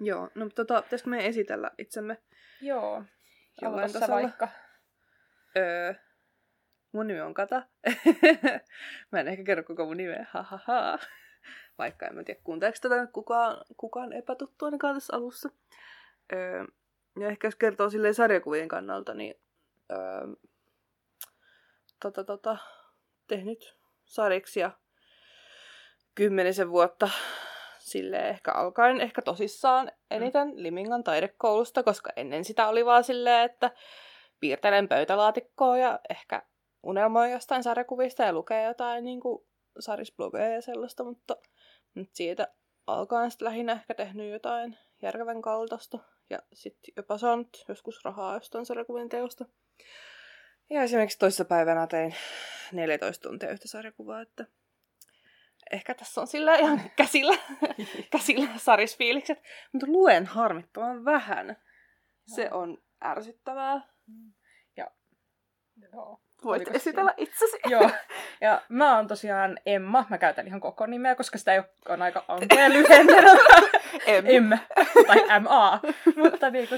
Joo, no pitäisikö meidän esitellä itsemme? Joo, jollain aloita tasolla? vaikka. Mun nimi on Kata. Mä en ehkä kerro koko mun nimeä, hahaha. Vaikka en mä tiedä, kuunteleeko tätä kukaan epätuttu ainakaan tässä alussa. Ja ehkä jos kertoo silleen sarjakuvien kannalta, niin tehnyt sarjaksia 10 vuotta silleen ehkä alkaen, ehkä tosissaan eniten Limingan taidekoulusta, koska ennen sitä oli vaan silleen, että piirtelen pöytälaatikkoa ja ehkä unelmoin jostain sarjakuvista ja lukee jotain niin kuin sarisblogeja ja sellaista, mutta nyt siitä alkaen sitten lähinnä ehkä tehnyt jotain järkevän kaltaista ja sitten jopa saanut joskus rahaa jostain sarjakuvien teosta. Ja esimerkiksi toissapäivänä tein 14 tuntia yhtä sarjakuvaa, että ehkä tässä on sillä ihan käsillä sarisfiilikset, mutta luen harmittavan vähän. Se on ärsyttävää. Ja joo. Voit esitellä itsesi. Joo. Ja mä oon tosiaan Emma. Mä käytän ihan koko nimeä, koska sitä ei on aika ankea lyhennellä. Emme. Tai MA. Mutta niinku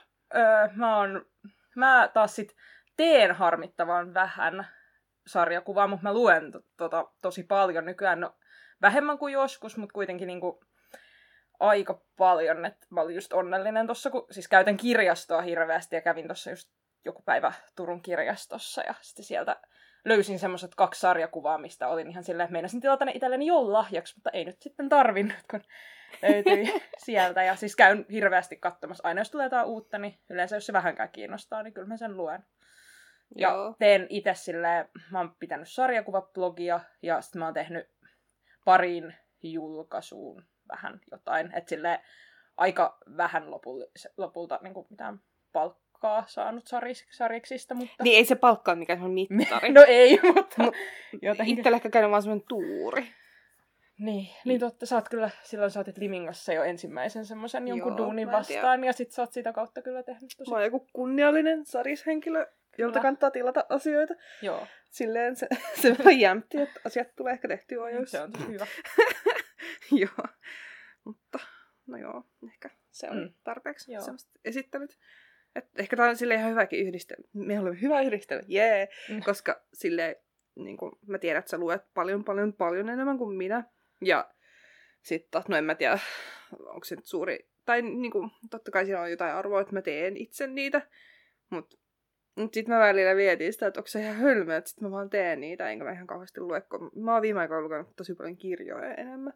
mä taas sit teen harmittavan vähän sarjakuvaa, mutta mä luen tosi paljon nykyään. No, vähemmän kuin joskus, mutta kuitenkin niinku aika paljon. Et mä olin just onnellinen tossa, kun siis käytän kirjastoa hirveästi ja kävin tossa just joku päivä Turun kirjastossa ja sitten sieltä löysin semmoiset 2 sarjakuvaa, mistä olin ihan silleen, että meinasin tilata ne itselleni joululahjaksi, mutta ei nyt sitten tarvinnut, kun löytyi sieltä. Ja siis käyn hirveästi katsomassa. Aina jos tulee jotain uutta, niin yleensä jos se vähänkään kiinnostaa, niin kyllä mä sen luen. Ja teen itse silleen, mä oon pitänyt sarjakuvablogia ja sitten mä oon tehnyt parin julkaisuun vähän jotain. Että silleen aika vähän lopulta niin kuin mitään palkkaa saanut sarjiksista, mutta... Niin ei se palkka ole mikään semmoinen mittari. No ei, mutta jotenkin. Itsellä ehkä käynyt vaan semmoinen tuuri. Niin totta, sä oot kyllä, silloin sä otit Limingassa jo ensimmäisen semmoisen jonkun duunin vastaan, ja sit sä oot sitä kautta kyllä tehnyt tosi. Mä oon joku kunniallinen sarishenkilö, jolta kannattaa tilata asioita. Joo. Silleen se vähän jämpti, että asiat tulee ehkä tehtyä ajoissa. Se on tosi hyvä. Joo, mutta no joo, ehkä se on tarpeeksi semmoista esittänyt. Et ehkä tää on silleen ihan hyväkin yhdistelmä. Me olemme hyvä yhdistelmä, jee! Koska silleen, niin kun mä tiedän, että sä luet paljon enemmän kuin minä. Ja sit taas, no en mä tiedä, onko se nyt suuri, tai niinku, totta kai siinä on jotain arvoa, että mä teen itse niitä. Mut sit mä välillä vietin sitä, että onko se ihan hölmöä, että sit mä vaan teen niitä, enkä mä ihan kauheasti lue, kun mä oon viime aikoina lukenut tosi paljon kirjoja enemmän.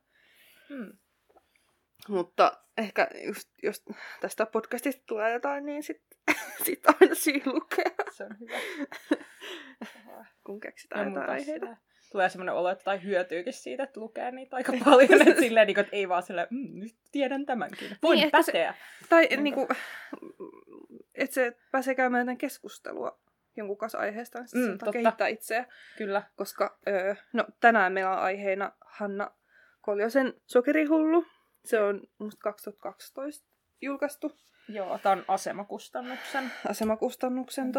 Mutta ehkä just, jos tästä podcastista tulee jotain, niin sit aina syy lukea. Se on hyvä. Kun keksitään jotain aiheita. Tulee semmoinen olo, että tai hyötyykin siitä, että lukee niitä aika paljon. Että silleen, että ei vaan silleen, nyt tiedän tämänkin. Voin niin, päteä. Tai niinku, että se pääsee käymään tämän keskustelua jonkun kanssa aiheesta, niin sitten kehittää itseä. Kyllä. Koska tänään meillä on aiheena Hanna Koljosen Sokerihullu. Se on musta 2012 julkaistu. Joo, tää on Asemakustannuksen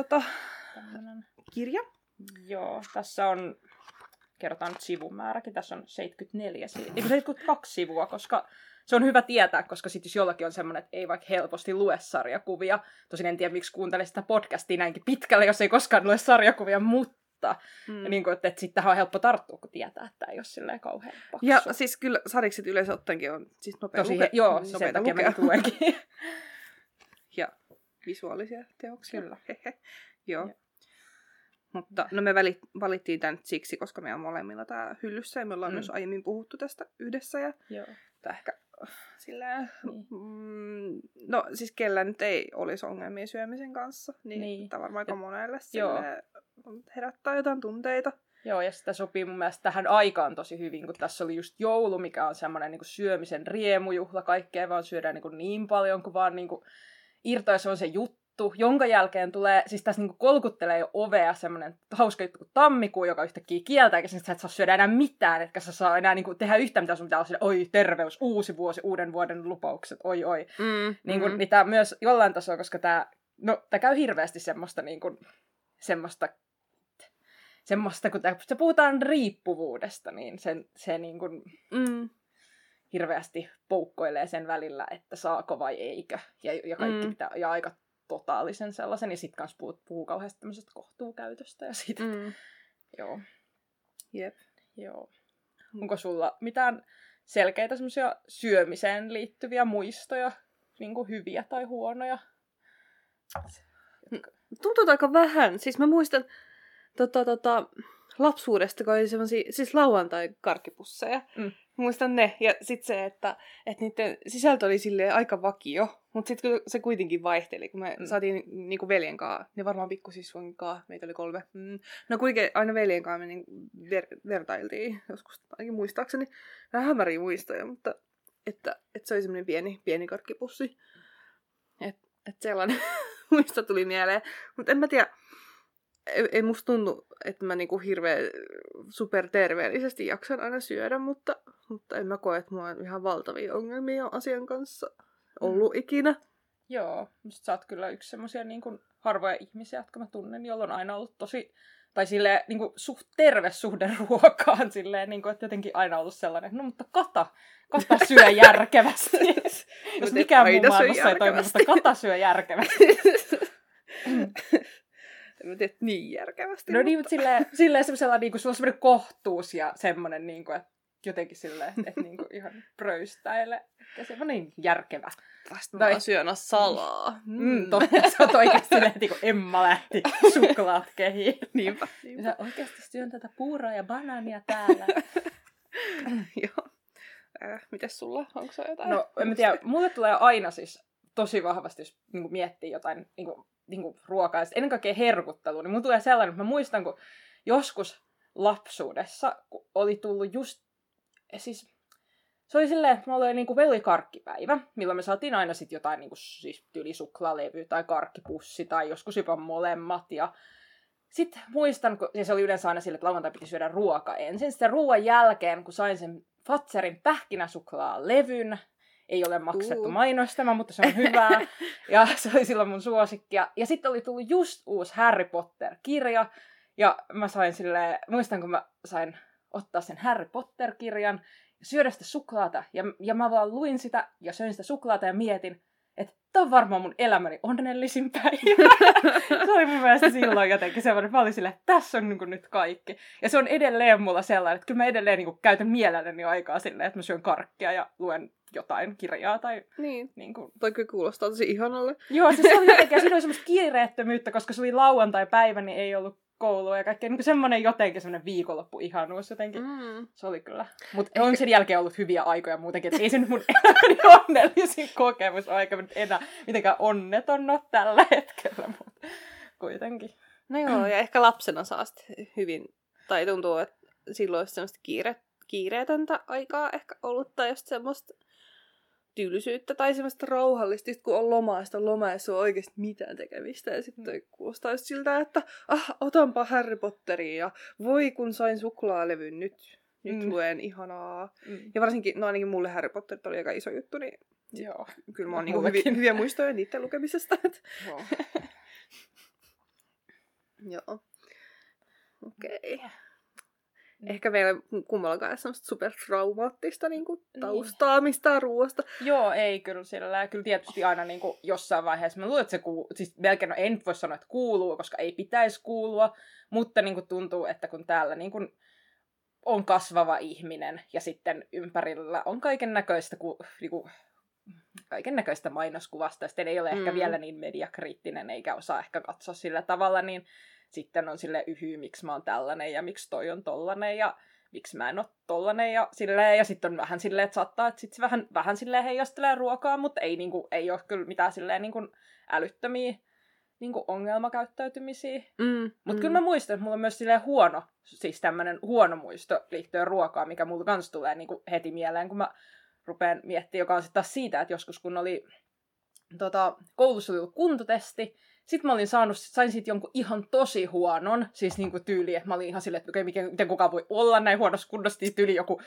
kirja. Joo, tässä on, kerrotaan nyt sivumääräkin, tässä on 72 sivua, koska se on hyvä tietää, koska sit jos jollakin on semmoinen, että ei vaikka helposti lue sarjakuvia. Tosin en tiedä, miksi kuuntelee sitä podcastia näinkin pitkälle, jos ei koskaan lue sarjakuvia, mutta niin kuin, että sitten on helppo tarttua, kun tietää, että ei ole silleen kauhean paksu. Ja siis kyllä sarikset yleensä ottaenkin on siis nopea lukea. Joo, siis sen takia mä luenkin. Ja visuaalisia teoksia. Kyllä. Joo. Mutta no me valittiin tämän siksi, koska me on molemmilla tää hyllyssä ja me ollaan myös aiemmin puhuttu tästä yhdessä. Ja ehkä silleen, no siis kellä nyt ei olisi ongelmia syömisen kanssa, niin. Tämä varmaan aika monelle silleen herättää jotain tunteita. Joo, ja sitä sopii mun mielestä tähän aikaan tosi hyvin, kun tässä oli just joulu, mikä on semmoinen niin kuin syömisen riemujuhla, kaikkea vaan syödään niin paljon, kun vaan niin kuin irtoa se on se juttu, jonka jälkeen tulee, siis tässä niin kuin kolkuttelee jo ovea semmoinen hauska juttu kuin tammikuu, joka yhtäkkiä kieltää, eikä sä et saa syödä enää mitään, etkä sä saa enää niin kuin tehdä yhtään, mitä sun pitää olla sille, oi terveys, uusi vuosi, uuden vuoden lupaukset, oi. Niin tämä myös jollain tasolla, koska tämä käy hirveästi semmoista niin kuin, semmoista, kun puhutaan riippuvuudesta, niin se niin kuin, hirveästi poukkoilee sen välillä, että saako vai eikö. Ja kaikki pitää, ja aika totaalisen sellaisen. Ja sit kans puhuu kauheasti tämmöisestä kohtuukäytöstä ja siitä. Joo. Jep. Joo. Onko sulla mitään selkeitä semmoisia syömiseen liittyviä muistoja, niin kuin hyviä tai huonoja? Tuntuu aika vähän. Siis mä muistan lapsuudesta, kun oli semmosia, siis lauantai-karkkipusseja. Muistan ne. Ja sit se, että niiden sisältö oli silleen aika vakio. Mutta sitten se kuitenkin vaihteli, kun me saatiin niinku veljen kanssa. Ne varmaan pikkusissujen kanssa. Meitä oli 3. No kuitenkin aina veljen kanssa me niin vertailtiin joskus, ainakin muistaakseni. Vähän hämäriä muistoja, mutta että se oli semmoinen pieni karkkipussi. Että sellainen muisto tuli mieleen. Mutta en mä tiedä, ei musta tunnu, että mä niinku hirveän superterveellisesti jaksan aina syödä, mutta en mä koe, että mulla on ihan valtavia ongelmia asian kanssa ollut ikinä. Joo, musta sä oot kyllä yksi semmosia niinku harvoja ihmisiä, jotka mä tunnen, jolla on aina ollut tosi, tai silleen niinku suht terve suhde ruokaan, silleen niinku, että jotenkin aina ollut sellainen, no mutta kata syö järkevästi. Jos mikään muu maailmassa ei toimi, mutta kata syö järkevästi. En tiedä niin järkevästi. No niin, mutta silleen semmoisella niinku, sulla on semmoinen kohtuus ja semmoinen, niinku, että jotenkin silleen, että niinku ihan pröystäile. Ja semmoinen järkevä. Vasta mä syön salaa. Totta, sä oot oikeasti silleen, kun Emma lähti suklaat kehiin. Niinpä. Sä oikeasti syön tätä puuroa ja banaania täällä. Joo. Mites sulla? Onko se jotain? No, en mä tiedä. Mulle tulee aina siis tosi vahvasti, jos niinku miettii jotain niinku ruokaa, ja ennen kaikkea herkuttelua, niin mulle tulee sellainen, että mä muistan, kun joskus lapsuudessa, kun oli tullut just, siis se oli silleen, että mulla oli niinku karkkipäivä, milloin me saatiin aina sit jotain niinku siis suklaalevy tai karkkipussi tai joskus jopa molemmat. Ja sitten muistan, kun se oli yleensä aina sille, että lauantai piti syödä ruoka ensin. Sitten ruoan jälkeen, kun sain sen Fatserin pähkinäsuklaalevyn, ei ole maksettu mainostama, mutta se on hyvää. Ja se oli silloin mun suosikki. Ja sitten oli tullut just uusi Harry Potter-kirja. Ja mä sain silleen, muistan kun mä sain ottaa sen Harry Potter-kirjan ja syödä sitä suklaata. Ja mä vaan luin sitä ja söin sitä suklaata ja mietin, että tää on varmaan mun elämäni onnellisin päivä. Se oli mun mielestä silloin jotenkin semmoinen, mä olin silleen, että tässä on niin nyt kaikki. Ja se on edelleen mulla sellainen, että kyllä mä edelleen niin käytän mielelläni aikaa silleen, että mä syön karkkia ja luen jotain kirjaa tai niin kuin. Toi kyllä kuulostaa tosi ihanalle. Joo, se oli jotenkin, ja siinä oli semmoista kiireettömyyttä, koska se oli lauantai-päivä, niin ei ollut koulua ja kaikkea. Niin semmoinen jotenkin semmoinen viikonloppu-ihanuus jotenkin. Se oli kyllä. Mutta on sen jälkeen ollut hyviä aikoja muutenkin, että ei se nyt mun elämäni onnellisin kokemus aika nyt enää mitenkään onneton ole tällä hetkellä, mutta kuitenkin. No joo, ja ehkä lapsena saa hyvin, tai tuntuu, että silloin olisi semmoista kiireetöntä aikaa ehkä ollut, tai just semmoista tyylisyyttä tai semmoista rauhallista, kun on lomaa, sitä lomaa ei ole oikeasti mitään tekemistä. Ja sitten kuulostaa just siltä, että otanpa Harry Potteria ja voi kun sain suklaalevyn, nyt luen ihanaa. Ja varsinkin, no ainakin mulle Harry Potter oli aika iso juttu, niin joo. Kyllä mä oon niinku hyviä muistoja niiden lukemisesta. Joo. Joo. Okei. Ehkä meillä kummallakaan semmoista supertraumaattista niinku taustaa mistään ruoasta. Joo, ei kyllä sillä. Kyllä tietysti aina niinku jossain vaiheessa. Mä luulen, että se siis melkein en voi sanoa, että kuuluu, koska ei pitäisi kuulua. Mutta niinku tuntuu, että kun täällä niinku on kasvava ihminen ja sitten ympärillä on kaikennäköistä mainoskuvasta. Ja sitten ei ole ehkä vielä niin mediakriittinen eikä osaa ehkä katsoa sillä tavalla, niin sitten on silleen miksi mä oon tällainen ja miksi toi on tollanen ja miksi mä en oo tollanen ja silleen. Ja sitten on vähän silleen, että saattaa, että sit se vähän silleen heijastelee ruokaa, mutta ei ole kyllä mitään silleen niinku älyttömiä niinku ongelmakäyttäytymisiä. Mutta kyllä mä muistan, että mulla on myös silleen tämmönen huono muisto liittyen ruokaan, mikä mulla kans tulee niinku heti mieleen, kun mä rupean miettimään, joka on sitten taas siitä, että joskus kun oli koulussa oli ollut kuntotesti, sitten mä sain siitä jonkun ihan tosi huonon, siis niinku tyyli, että mä olin ihan silleen, että miten kukaan voi olla näin huonossa kunnossa, tyyli joku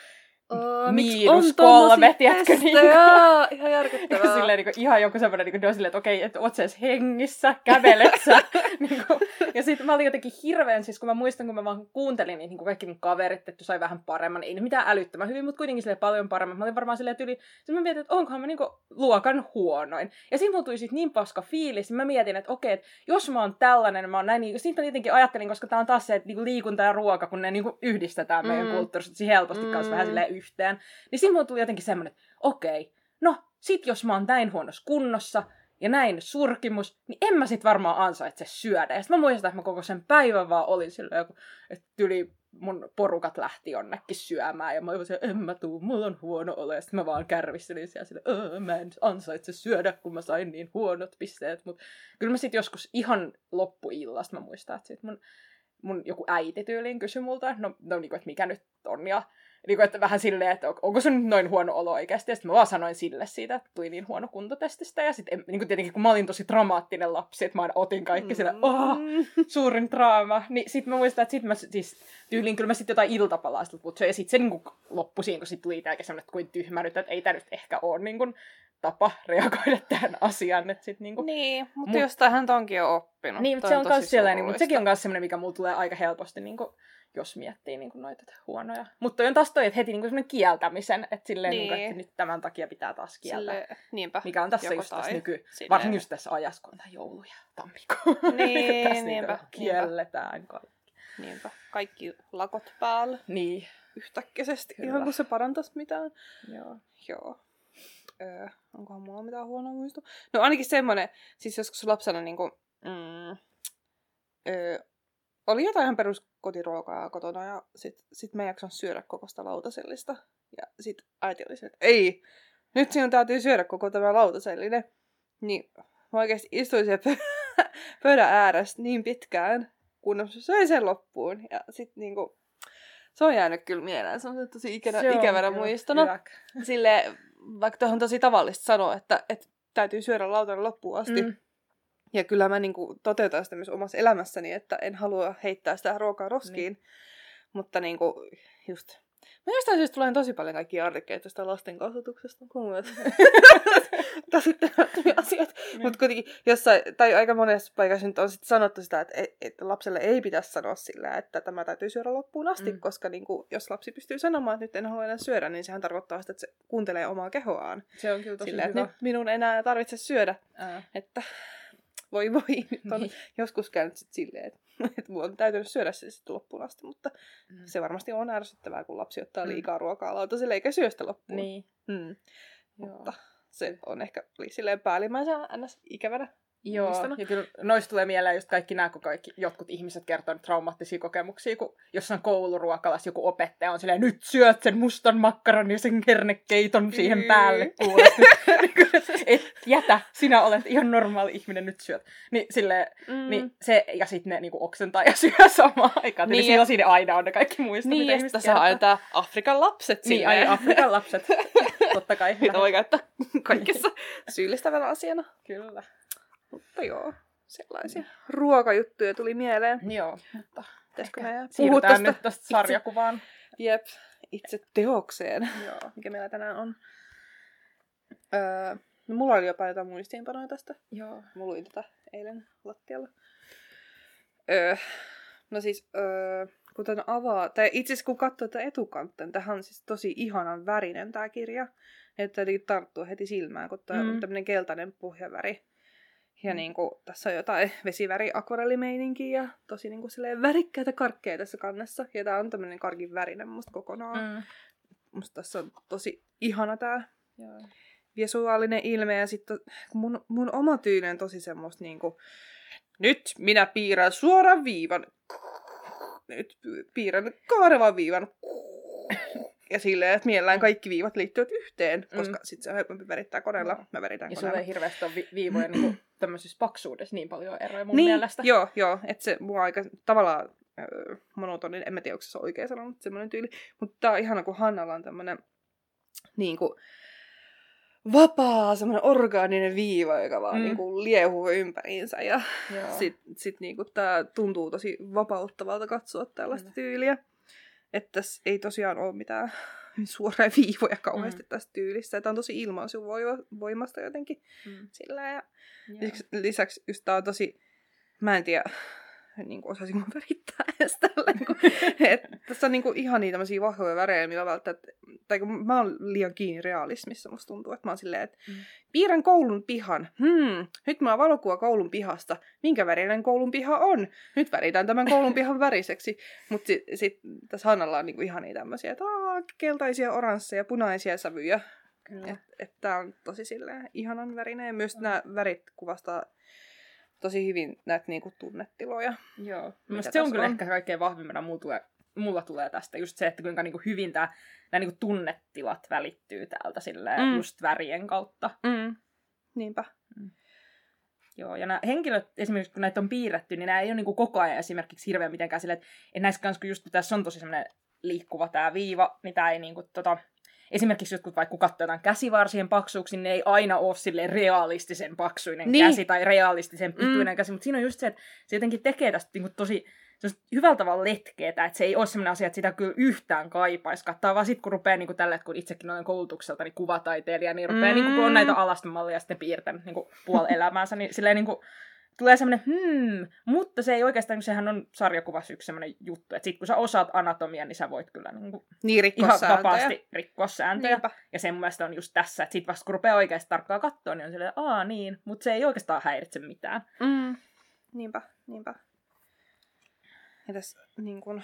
-3, tiedätkö? Niin ihan järkyttävää. Silleen niin kuin, ihan joku semmoinen, niin kuin, silleen, että okei, että oot sä edes hengissä, kävelet sä. Niin kuin, ja sitten mä olin jotenkin hirveän, siis kun mä muistan, kun mä vaan kuuntelin niitä, niin kuin kaikki mun kaverit, että sai vähän paremman, ei mitään älyttömän hyvin, mutta kuitenkin silleen paljon paremmin. Mä olin varmaan silleen tyli, sitten mä mietin, että onkohan mä niin kuin luokan huonoin. Ja siinä mulla tuli sit niin paska fiilis, mä mietin, että okei, että jos mä oon tällainen, mä oon näin, niin sitten mä jotenkin ajattelin, koska tää on taas se, että niin kuin liikunta ja ruoka, kun ne niin kuin yhdistetään meidän kulttuurissa, että helposti kanssa vähän silleen yhteen. Niin siinä mulla tuli jotenkin semmoinen, että okei, no sit jos mä oon näin huonossa kunnossa ja näin surkimus, niin en mä sit varmaan ansaitse syödä. Ja sit mä muistan, että mä koko sen päivän vaan olin silleen, että yli mun porukat lähti jonnekin syömään. Ja mä olin silleen, en mä tuu, mulla on huono olo. Ja sit mä vaan kärvistelin siellä silleen, mä en ansaitse syödä, kun mä sain niin huonot pisteet. Mut kyllä mä sit joskus ihan loppuillasta, mä muistan, että sit mun joku äiti tyyliin kysyi multa, no niin kuin, että mikä nyt on. Ja niin kuin, että vähän silleen, että onko se nyt noin huono olo oikeasti. Ja sitten mä vaan sanoin sille siitä, että tuli niin huono kuntotestistä. Ja sitten niin tietenkin, kun mä olin tosi dramaattinen lapsi, että mä otin kaikki sille, suurin draama. Niin sitten mä muistan, että sitten mä siis tyyliin kyllä mä sitten jotain iltapalaa sitten kutsuin. Ja sitten se niin kuin loppui siinä, kun sitten tuli tämäkin semmoinen, että kuin tyhmä nyt, että ei tämä nyt ehkä ole niin kuin tapa reagoida tähän asiaan. Että sit niinku, niin, mutta jostainhan tonkin on oppinut. Niin, mutta se on myös sellainen, mutta sekin on myös semmoinen, mikä mulla tulee aika helposti, niinku, jos miettii niinku noita huonoja. Mutta on taas toi, että heti niinku semmoinen kieltämisen, että silleen, niin. Niinku, että nyt tämän takia pitää taas kieltää. Niinpä. Mikä on tässä just tässä varsinkin just tässä ajassa, kun on joulu ja tammikuu. Niin, tässä niinpä. Kielletään kaikki. Niinpä. Kaikki lakot päälle. Niin. Yhtäkkäisesti, ihan kun se parantaisi mitään. Joo. Onkohan mulla mitään huonoa muistua? No ainakin semmonen, siis joskus lapsena niinku, oli jotain ihan peruskotiruokaa kotona ja sit mä en jaksanut syödä koko sitä lautasellista. Ja sit äiti oli se, että ei, nyt sinun täytyy syödä koko tämä lautasellinen. Niin mä oikeesti istuin siellä pöydän ääressä niin pitkään, kunnes söin sen loppuun. Ja sit niinku, se on jäänyt kyllä mieleen. Se on tosi ikävänä muistona. Silleen, vaikka tuohon on tosi tavallista sanoa, että täytyy syödä lautanen loppuun asti. Ja kyllä mä niinku toteutan sitä myös omassa elämässäni, että en halua heittää sitä ruokaa roskiin. Mutta niinku just... Mä jostain syystä tulee tosi paljon kaikkia artikkeja tästä lasten kasvatuksesta. Käsittämättömiä asiat. Mutta kuitenkin jossain, tai aika monessa paikassa nyt on sit sanottu sitä, että lapselle ei pitäisi sanoa sillä, että tämä täytyy syödä loppuun asti. Koska niinku, jos lapsi pystyy sanomaan, että nyt en halua enää syödä, niin sehän tarkoittaa sitä, että se kuuntelee omaa kehoaan. Se on kyllä tosi sillä, hyvä. Että nyt minun enää tarvitse syödä. Että... Voi, nyt on joskus käynyt sit silleen, että mulla on täytynyt syödä se sitten loppuun asti, mutta se varmasti on ärsyttävää, kun lapsi ottaa liikaa ruokaa lautaselle eikä syö sitä loppuun. Niin. Mutta se on ehkä silleen päällimmäisen ns. Ikävänä. Joo, ja kyllä noista tulee mieleen just kaikki nämä, kun jotkut ihmiset kertoo traumaattisia kokemuksia, kun jossain kouluruokalassa joku opettaja on silleen, nyt syöt sen mustan makkaron ja sen kernekeiton siihen päälle kuulet. Et jätä, sinä olet ihan normaali ihminen, nyt syöt. Niin silleen, niin se, ja sitten ne niinku oksentaa ja syö samaan aikaan. Niin, silloin siinä aina on ne kaikki muistot, niin, mitä ihmiset kertoo. Niin, ja saa Afrikan lapset silleen. Niin, Afrikan lapset, totta kai. Mitä voi käyttää kaikessa syyllistävänä asiana. Kyllä. Mutta joo, sellaisia ruokajuttuja tuli mieleen. Joo, mutta pitäisikö meidän puhua nyt tästä sarjakuvaan. Jep, itse teokseen, Joo. mikä meillä tänään on. No, mulla oli jopa jotain muistiinpanoja tästä. Joo. Mä luin tätä eilen lattialla. No siis, kun tämän avaa, tai itse asiassa kun katsoo tätä etukantta, niin tämähän on siis tosi ihanan värinen tämä kirja. Että jotenkin tarttuu heti silmään, kun tämä on tämmöinen keltainen pohjaväri. Ja niinku, tässä on jotain vesiväri-akvarellimeininkiä ja tosi niinku silleen värikkäitä karkkeja tässä kannessa. Ja tää on tämmönen karkin värinen musta kokonaan. Musta tässä on tosi ihana tää visuaalinen ilme. Ja sitten mun oma tyyli on tosi semmoista niinku, nyt minä piirrän suoran viivan. Nyt piirrän kaarevan viivan. Ja silleen, että mielellään kaikki viivat liittyvät yhteen, koska sit se on helpompi värittää koneella. Mä väritän koneella. Ja sulla ei hirveästi ole viivoja niinku tämmöisissä paksuudessa niin paljon eroja mun mielestä. Joo, että se mua aika tavallaan monotonin, en mä tiedä, onko se oikein sanonut, mutta semmoinen tyyli. Mutta tää on ihana, kun Hannalla on tämmönen niinku vapaa, semmoinen orgaaninen viiva, joka vaan niinku liehuu ympäriinsä. Ja sit niinku tää tuntuu tosi vapauttavalta katsoa tällaista tyyliä. Että tässä ei tosiaan ole mitään suoria viivoja kauheasti tässä tyylissä. Tämä on tosi ilmaisuvoimasta jotenkin. Sillä ja lisäksi just tää on tosi, mä en tiedä, niin kuin osaisin mä värittää edes tälleen, tässä on niin kuin ihan niitä tämmöisiä vahvoja värejä, millä välttämättä, tai kun mä oon liian kiinni realismissa, musta tuntuu, että mä oon silleen, että piirrän koulun pihan, nyt mä oon valokuva koulun pihasta, minkä värinen koulun piha on, nyt väritään tämän koulun pihan väriseksi, mutta sit tässä Hannalla on niin kuin ihan niitä tämmöisiä, että keltaisia, oransseja, punaisia sävyjä, että tää on tosi silleen ihanan värinen, ja myös nämä värit kuvastaa tosi hyvin näitä niinku tunnetiloja. Joo. Se on kyllä ehkä kaikkein vahvimmana mulla tulee tästä just se, että kuinka niinku hyvin nämä niinku tunnetilat välittyy täältä silleen just värien kautta. Niinpä. Joo, ja nämä henkilöt, esimerkiksi kun näitä on piirretty, niin nämä ei ole niinku koko ajan esimerkiksi hirveän mitenkään silleen, että näissä kanssa, kun just tässä on tosi semmoinen liikkuva tämä viiva, niin tämä ei niinku esimerkiksi jotkut vaikka kun katsoo jotain käsivarsien paksuuksia, niin ne ei aina ole silleen realistisen paksuinen käsi tai realistisen pituinen käsi, mutta siinä on just se, että se jotenkin tekee tästä niin tosi hyvällä tavalla letkeetä, että se ei ole sellainen asia, että sitä kyllä yhtään kaipaisi katsoa, vaan sitten kun rupeaa niin tällä, että kun itsekin olen koulutukselta niin kuvataiteilija, niin rupeaa, niin kun on näitä alastomalleja sitten piirtänyt niin puoli elämäänsä, niin silleen niin kuin tulee semmoinen, mutta se ei oikeastaan, sehän on sarjakuvassa yksi semmoinen juttu, että sit kun sä osaat anatomiaa, niin sä voit kyllä ihan vapaasti rikkoa sääntöjä. Niinpä. Ja sen mielestä on just tässä, että sit vasta kun rupeaa oikeasti tarkkaan katsoa, niin on silleen, niin, mutta se ei oikeastaan häiritse mitään. Niinpä. Ja tässä niin kun,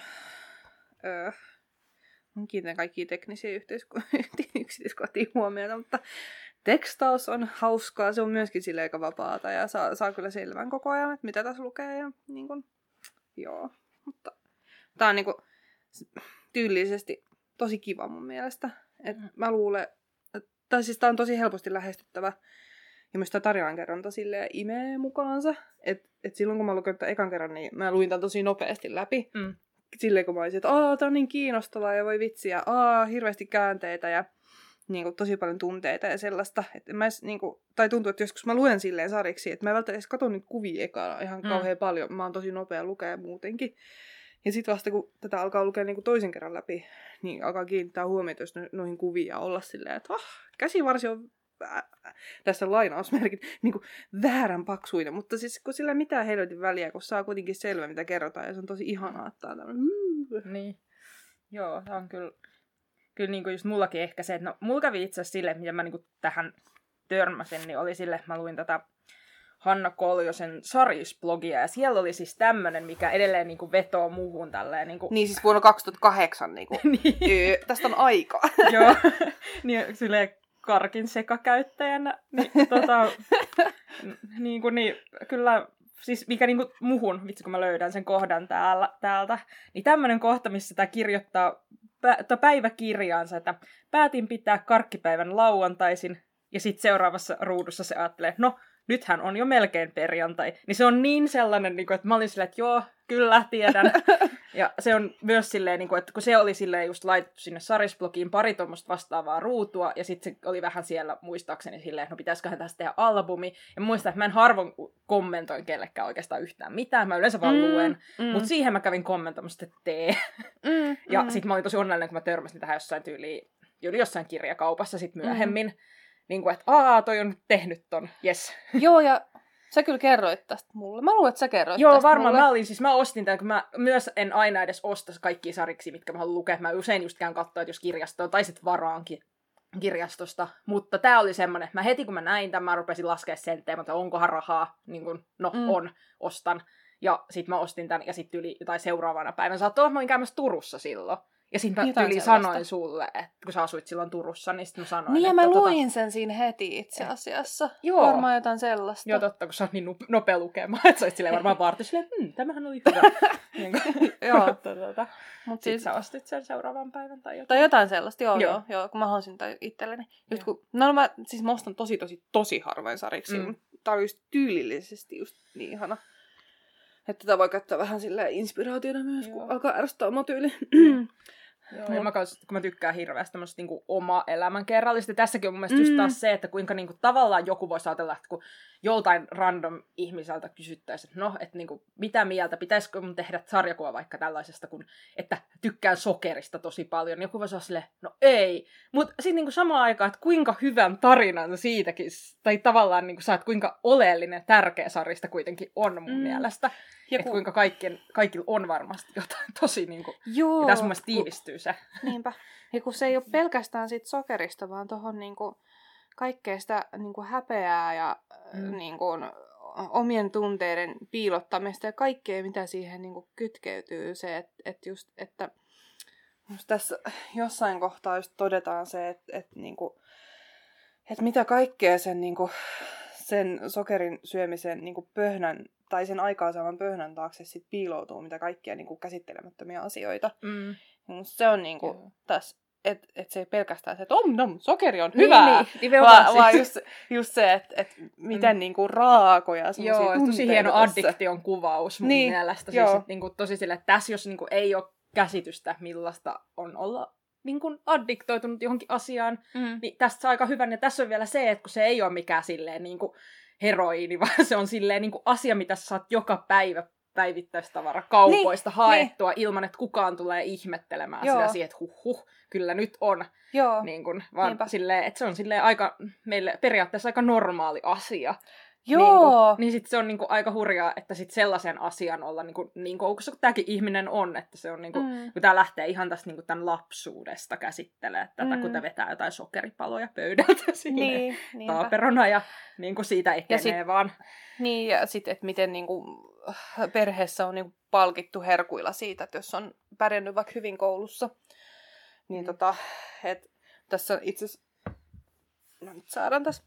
kiitän kaikkia teknisiä yksityiskohtia huomiota, mutta tekstaus on hauskaa, se on myöskin silleen aika vapaata ja saa kyllä selvän koko ajan, että mitä tässä lukee ja niin kun, joo, mutta tää on niinku tyylillisesti tosi kiva mun mielestä, että mä luulen, tai siis tää on tosi helposti lähestyttävä ja myös tää tarinankerronta silleen imee mukaansa, että silloin kun mä luin tämän ekan kerran, niin mä luin tämän tosi nopeasti läpi, silleen kun mä olisin, että tää on niin kiinnostavaa ja voi vitsiä, hirveästi käänteitä ja niin kuin, tosi paljon tunteita ja sellaista. Että mä edes, niin kuin, tai tuntuu, että joskus mä luen silleen sariksi, että mä en välttämättä edes katso nyt kuvia ekana ihan kauhean paljon. Mä oon tosi nopea lukea muutenkin. Ja sit vasta kun tätä alkaa lukea niin kuin toisen kerran läpi, niin alkaa kiinnittää huomiota noihin kuviin ja olla silleen, että käsivarsi on tässä on lainausmerkit, niin kuin väärän paksuinen. Mutta siis kun sillä ei mitään helvetin väliä, kun saa kuitenkin selvä, mitä kerrotaan. Ja se on tosi ihanaa, että on tämmöinen. Niin. Joo, tämä on kyllä niin kuin just mullakin ehkä se, että no mulla kävi itse asiassa silleen, mitä mä niin kuin tähän törmäsin, niin oli silleen, että mä luin tätä Hanna Koljosen Saris-blogia, ja siellä oli siis tämmönen, mikä edelleen niin kuin vetoo muuhun tälleen. Niin siis vuonna 2008, niin kuin. Niin. Tästä on aika. Joo, niin silleen karkin sekakäyttäjänä, niin kyllä, siis mikä niin kuin muhun, vitsi kun mä löydän sen kohdan täältä, niin tämmönen kohta, missä tämä kirjoittaa päiväkirjaansa, että päätin pitää karkkipäivän lauantaisin, ja sitten seuraavassa ruudussa se ajattelee, no, nythän on jo melkein perjantai. Niin se on niin sellainen, että mä olin silleen, että joo, kyllä, tiedän. Ja se on myös silleen, että kun se oli silleen just laitettu sinne Saris-blogiin pari tuommoista vastaavaa ruutua, ja sitten se oli vähän siellä muistaakseni silleen, että no pitäisiköhän tästä tehdä albumi. Ja muistan, että mä en harvoin kommentoin kellekään oikeastaan yhtään mitään, mä yleensä vaan luen. Mutta siihen mä kävin kommentoimassa, että tee. Ja sitten mä olin tosi onnellinen, kun mä törmäsin tähän jossain tyyliin jossain kirjakaupassa sitten myöhemmin. Niin kuin, että toi on tehnyt ton, jes. Joo, ja sä kyllä kerroit tästä mulle. Mä luulen, että sä kerroit tästä mulle. Joo, varmaan mä ostin tämän, kun mä myös en aina edes osta kaikkia sariksi, mitkä mä haluan lukea. Mä usein just käyn katsoa, että jos kirjastoon, tai sit varaankin kirjastosta. Mutta tää oli semmonen, että mä heti kun mä näin tämän, mä rupesin laskea senttejä, mutta onkohan rahaa, niin kuin, on, ostan. Ja sit mä ostin tämän, ja sit yli jotain seuraavana päivänä. Saattoi olla, mä olin käymässä Turussa silloin. Ja sitten mä yli sanoin sulle, että kun sä asuit silloin Turussa, niin sitten mä sanoin, niin, että mä luin sen siinä heti itse asiassa. Joo. Varmaan jotain sellaista. Joo, totta, kun sä oot niin nopea lukemaan, että sä olit silleen varmaan vartti silleen, tämähän oli hyvä. Joo. Mutta sit sä ostit sen seuraavan päivän tai jotain. Tai jotain sellaista, joo, kun mä halusin tai itselleni. Just kun, mä ostan tosi harvoin sariksi. Tää oli just tyylillisesti just niin ihana. Että tätä voi käyttää vähän silleen inspiraationa myös, kun alkaa ärsyttää oma tyyli. Joo, ja kun mä tykkään hirveästi tämmöistä niinku oma elämänkerrallista. Tässäkin on mun mielestä just taas se, että kuinka niinku tavallaan joku voisi ajatella, että kun joltain random ihmiseltä kysyttäisiin, että no, että niinku, mitä mieltä, pitäisikö mun tehdä sarjakuva vaikka tällaisesta, kun, että tykkään sokerista tosi paljon. Niin joku voisi olla silleen, no ei. Mutta sitten niinku samaan aikaan, että kuinka hyvän tarinan siitäkin, tai tavallaan niinku saat, kuinka oleellinen, tärkeä sarjista kuitenkin on mun mielestä. Ja että kuinka kaikilla on varmasti jotain tosi niinku, ja tässä mun mielestä tiivistyy se. Niinpä. Ja kun se ei ole pelkästään sit sokerista, vaan tohon niinku kaikkea sitä niinku häpeää ja niinku omien tunteiden piilottamista ja kaikkea, mitä siihen niinku kytkeytyy. Se, että just tässä jossain kohtaa just todetaan se, että niinku, mitä kaikkea sen sokerin syömisen niinku pöhnän tai sen aikaansaavan pöhnän taakse sit piiloutuu, mitä kaikkia niinku käsittelemättömiä asioita. Se on niinku tässä, että se ei pelkästään se, että sokeri on hyvää, vaan just se, että miten niinku raakoja semmosia tunteita. Joo, tosi hieno addiktion kuvaus mun mielestä. Siis, niinku, tosi sille, että tässä jos niinku ei ole käsitystä, millaista on olla niinku addiktoitunut johonkin asiaan, niin tästä saa aika hyvän. Ja tässä on vielä se, että kun se ei ole mikään silleen niinku heroiini, vaan se on silleen niinku asia, mitä sä saat joka päivä päivittäistavara kaupoista haettua ilman, että kukaan tulee ihmettelemään sitä siihen, että kyllä nyt on. Niin kun, vaan silleen, että se on silleen aika, meille periaatteessa aika normaali asia. Niin sit se on niinku aika hurjaa, että sit sellaisen asian olla niin koukussa kuin tämäkin ihminen on, että se on niinku, kun tää lähtee ihan tästä niinku tämän lapsuudesta käsittelee tätä, kun tää vetää jotain sokeripaloja pöydältä silleen taaperona ja niinku siitä etenee vaan. Niin, ja sitten, että miten niinku perheessä on niinku palkittu herkuilla siitä, että jos on pärjännyt vaikka hyvin koulussa, niin että tässä itse asiassa, no nyt saadaan tässä,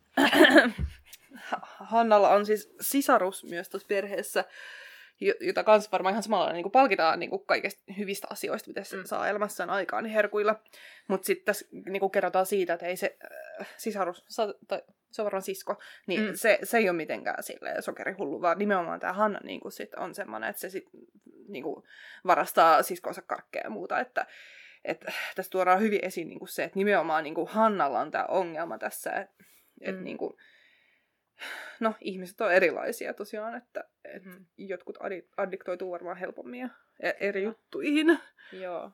Hannalla on siis sisarus myös tuossa perheessä, jota kanssa varmaan ihan samalla niin palkitaan niin kaikista hyvistä asioista, mitä se saa elämässään aikaan niin herkuilla. Mutta sitten tässä niin kerrotaan siitä, että ei se sisarus, tai se on varmaan sisko, niin se ei ole mitenkään sokerihullu, vaan nimenomaan tämä Hanna niin sit on semmoinen, että se sit, niin varastaa siskonsa karkkeja ja muuta. Että tässä tuodaan hyvin esiin niin se, että nimenomaan niin Hannalla on tämä ongelma tässä, että niin kuin, no, ihmiset on erilaisia tosiaan, että jotkut addiktoituu varmaan helpommin ja eri juttuihin. Joo.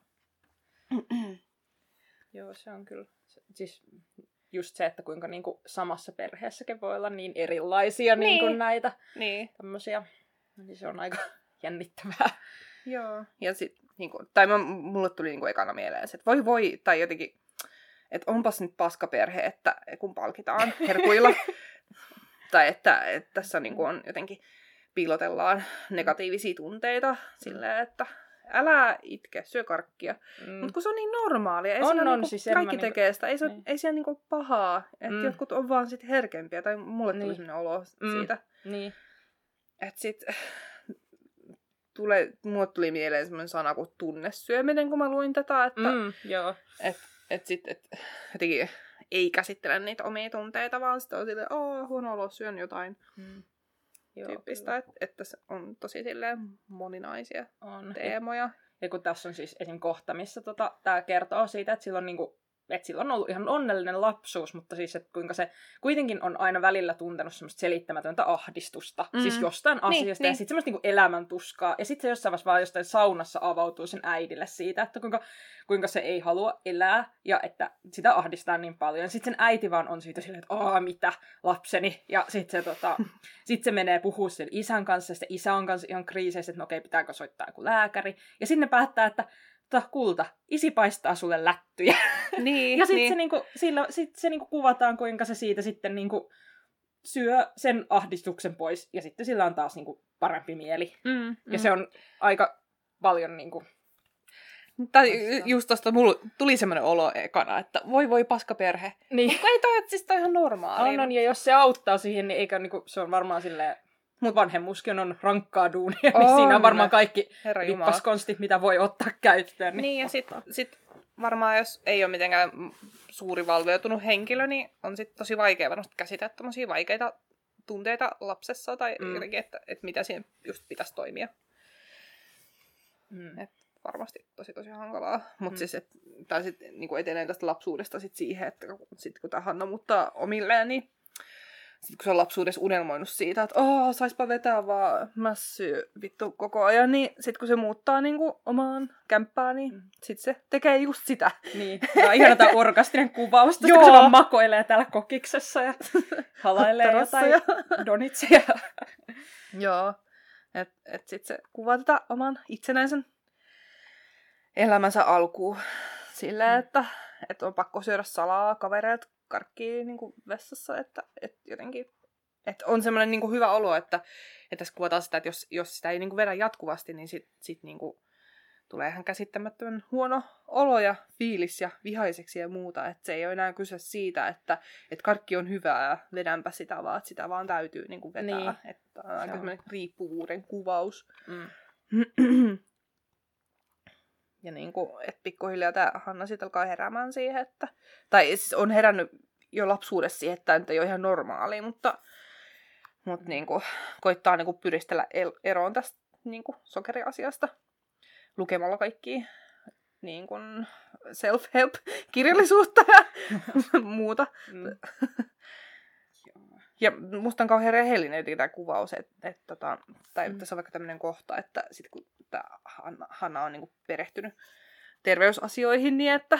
Joo, se on kyllä. Siis just se, että kuinka niinku samassa perheessäkin voi olla niin erilaisia niinku näitä tämmöisiä. Niin se on aika jännittävää. Joo. Ja sit, niinku, tai mulle tuli niinku ekana mieleen se, että voi, tai jotenkin, että onpas nyt paskaperhe, että kun palkitaan herkuilla. Tai että tässä niinku on jotenkin piilotellaan negatiivisia tunteita silleen, että älä itke, syö karkkia. Mutta kun se on niin normaalia, ei niinku, siis kaikki tekee sitä, ei siellä niinku pahaa. Että jotkut on vaan sit herkempiä, tai mulle tuli sellainen olo siitä. Niin. Että sit mulle tuli mieleen semmoinen sana kuin tunnesyöminen, kun mä luin tätä, että jotenkin ei käsittele niitä omia tunteita, vaan sitten on silleen, huono olo, syön jotain tyyppistä. Että se on tosi silleen moninaisia teemoja. Ja kun tässä on siis esim. Kohta, missä tää kertoo siitä, että sillä on ollut ihan onnellinen lapsuus, mutta siis, että kuinka se kuitenkin on aina välillä tuntenut semmoista selittämätöntä ahdistusta, siis jostain asiasta, ja sitten semmoista niinku elämäntuskaa, ja sitten se jossain vaiheessa vaan jostain saunassa avautuu sen äidille siitä, että kuinka se ei halua elää, ja että sitä ahdistaa niin paljon. Ja sitten sen äiti vaan on siitä silleen, että mitä, lapseni, ja sitten se menee puhua sen isän kanssa, ja sitten isä on kanssa ihan kriiseissä, että no okei, pitääkö soittaa joku lääkäri, ja sitten ne päättää, että kulta, isi paistaa sulle lättyjä. Niin, ja sitten se kuvataan, kuinka se siitä sitten niinku syö sen ahdistuksen pois, ja sitten sillä on taas niinku parempi mieli. Ja se on aika paljon niinku... Tai just tosta mulla tuli semmoinen olo ekana, että voi paskaperhe. Niin. Mutta ei toi, siis toi ihan normaali. On, ja jos se auttaa siihen, niin eikä niinku, se on varmaan silleen... Mutta vanhemmuskin on rankkaa duunia, niin siinä on varmaan kaikki vippaskonstit, mitä voi ottaa käyttöön. Niin ja sit varmaan, jos ei ole mitenkään suuri valveutunut henkilö, niin on sit tosi vaikea varmasti käsitellä tommosia vaikeita tunteita lapsessa, tai jotenkin, että mitä siinä just pitäisi toimia. varmasti tosi hankalaa. Mutta siis, tai sitten niinku etenee tästä lapsuudesta sit siihen, että kun tämä Hanna muuttaa omilleen, niin sitten kun se on lapsuudessa unelmoinut siitä, että saispa vetää vaan mässyä vittu koko ajan, niin sitten kun se muuttaa niinku omaan kämppään, niin sitten se tekee just sitä. Niin, ja ihana tämä orgastinen kuvaus, kun se vaan makoilee täällä kokiksessa ja halailee jotain donitseja. Joo, että sitten se kuvaa tätä oman itsenäisen elämänsä alkuun silleen, että on pakko syödä salaa kavereilta karkkiin niin kuin vessassa, että jotenkin että on semmoinen niin kuin hyvä olo, että tässä kuvataan sitä, että jos sitä ei niin kuin vedä jatkuvasti, niin sit niin kuin tulee ihan käsittämättömän huono olo ja fiilis ja vihaiseksi ja muuta. Että se ei ole enää kyse siitä, että karkki on hyvää ja vedänpä sitä, vaan että sitä vaan täytyy niin kuin vetää. Niin. Että on aika semmoinen riippuvuuden kuvaus. Ja niin kuin, että pikkuhiljaa tämä Hanna sitten alkaa heräämään siihen, tai siis on herännyt jo lapsuudessa siihen, että tämä ei ole ihan normaalia, mutta niin kuin, koittaa niin kuin pyristellä eroon tästä niin kuin sokeriasiasta lukemalla kaikkia niin kuin self-help-kirjallisuutta ja muuta. Ja musta on kauhean rehellinen tämä kuvaus, tai tässä on vaikka tämmöinen kohta, että sit kun Hanna on niinku perehtynyt terveysasioihin, niin että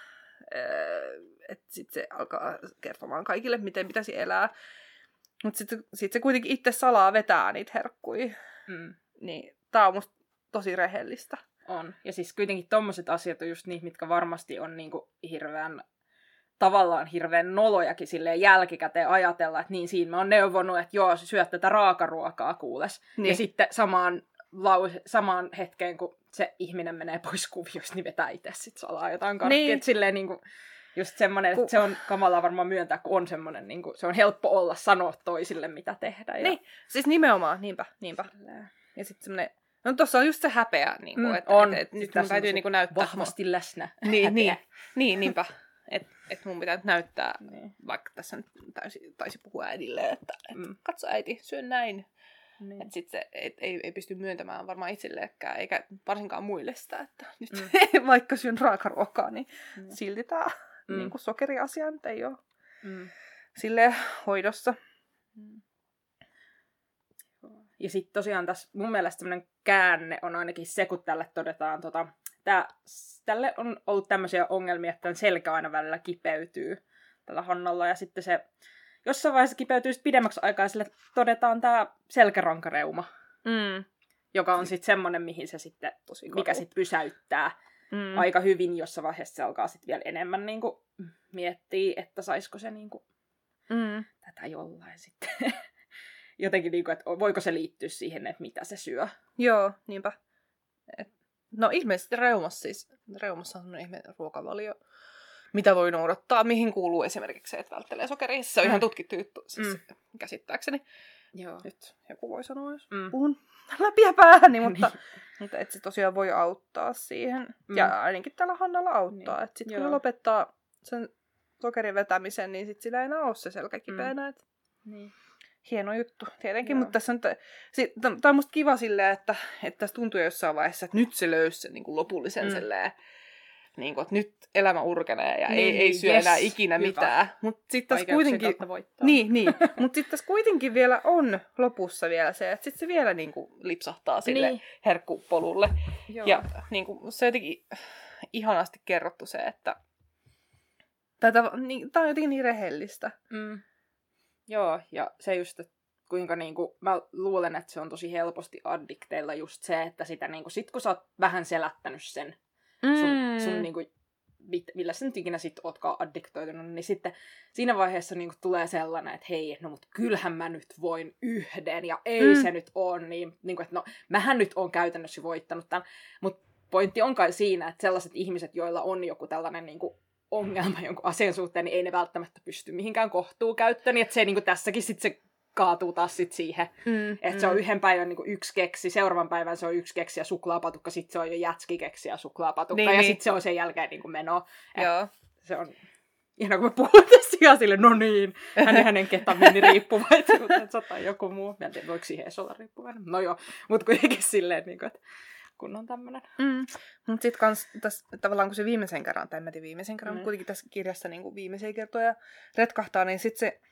sitten se alkaa kertomaan kaikille, miten pitäisi elää. Mutta sitten se kuitenkin itse salaa vetää niitä herkkuja. Niin tää on musta tosi rehellistä. On. Ja siis kuitenkin tommoset asiat on just niitä, mitkä varmasti on niinku tavallaan hirveän nolojakin silleen jälkikäteen ajatella, että niin siinä mä oon neuvonut, että joo, sä syöt tätä raakaruokaa kuules. Niin. Ja sitten samaan hetkeen, kun se ihminen menee pois kuvioista, niin vetää itse sit salaa jotain karkkia. Niin. Että silleen niinku, just semmonen, että se on kamalaa varmaan myöntää, kun on semmonen, niinku, se on helppo olla sanoa toisille, mitä tehdä. Ja... Niin, siis nimenomaan, niinpä. Silleen. Ja sitten semmonen, no tossa on just se häpeä, niinku, että nyt mun täytyy niinku näyttää. Vahvasti läsnä niinpä. Että mun pitää näyttää, vaikka tässä nyt taisi puhua äidille, että katso äiti, syö näin. Niin. Että sit se ei pysty myöntämään varmaan itsellekään, eikä varsinkaan muille sitä, että nyt vaikka syön raakaruokaa, niin silti tää niinku sokeriasia nyt ei ole silleen hoidossa. Ja sitten tosiaan tässä mun mielestä tämmöinen käänne on ainakin se, kun tälle todetaan, tälle on ollut tämmöisiä ongelmia, että tämän selkä aina välillä kipeytyy tällä Hannalla, ja sitten se jossain vaiheessa kipeytyy pidemmäksi aikaa, sille todetaan tämä selkärankareuma, joka on sitten semmoinen, mihin se sitten, mikä sitten pysäyttää aika hyvin, jossain vaiheessa se alkaa sitten vielä enemmän niinku miettiä, että saisiko se niinku tätä jollain sitten. Jotenkin, niinku, että voiko se liittyä siihen, että mitä se syö. Joo, niinpä. No ilmeisesti reumassa on sellainen ihme ruokavalio, mitä voi noudattaa, mihin kuuluu esimerkiksi se, että välttelee sokeria. Se on ihan tutkittu juttu, siis käsittääkseni. Joo. Nyt joku voi sanoa, jos puhun läpi ja päähän, mutta että se tosiaan voi auttaa siihen. Ja ainakin tällä Hannalla auttaa. Että sitten kun lopettaa sen sokerin vetämisen, niin sitten sillä ei enää ole se selkä kipeänä. Niin. Hieno juttu, tietenkin, mutta tässä on tämä on musta kiva silleen, että tässä tuntuu jossain vaiheessa, että nyt se löysi sen niin kuin lopullisen silleen, niin kuin, että nyt elämä urkenee ja ei syö enää ikinä mitään. Mutta sitten tässä kuitenkin, mutta sitten tässä kuitenkin vielä on lopussa vielä se, että sitten se vielä niin kuin lipsahtaa sille herkkupolulle. Joo. Ja niin kuin, se on jotenkin ihanasti kerrottu se, että tämä on jotenkin niin rehellistä. Joo, ja se just, että kuinka niinku, mä luulen, että se on tosi helposti addikteilla just se, että sitä niinku, sit kun sä oot vähän selättänyt sen, sun niinku, millä sä nyt ikinä sit ootkaan addiktoitunut, niin sitten siinä vaiheessa niinku tulee sellainen, että hei, no mut kyllähän mä nyt voin yhden, ja ei se nyt on, niin niinku, että no mähän nyt on käytännössä voittanut tämän, mut pointti on kai siinä, että sellaiset ihmiset, joilla on joku tällainen niinku, ongelma jonkun asian suhteen, niin ei ne välttämättä pysty mihinkään kohtuukäyttöön. Niin että se niin kuin tässäkin sit se kaatuu taas sit siihen. Että se on yhden päivän niin kuin yksi keksi, seuraavan päivän se on yksi keksi ja suklaapatukka, sitten se on jo jätskikeksi ja suklaapatukka, ja sitten se on sen jälkeen niin kuin meno. Se on ihan kun me puhutaan tästä ihan sille, no niin, hänen ketamiiniriippuvaisuutensa tai joku muu. Mä en tiedä, voiko siihen edes olla riippuvainen. No joo, mutta kuitenkin silleen, niin kuin, että kun on tämmönen. Mutta sitten kans tässä tavallaan kun se viimeisen kerran, tai en mä tiedä viimeisen kerran, mutta kuitenkin tässä kirjassa niinku viimeisiä kertoja retkahtaa, niin sitten se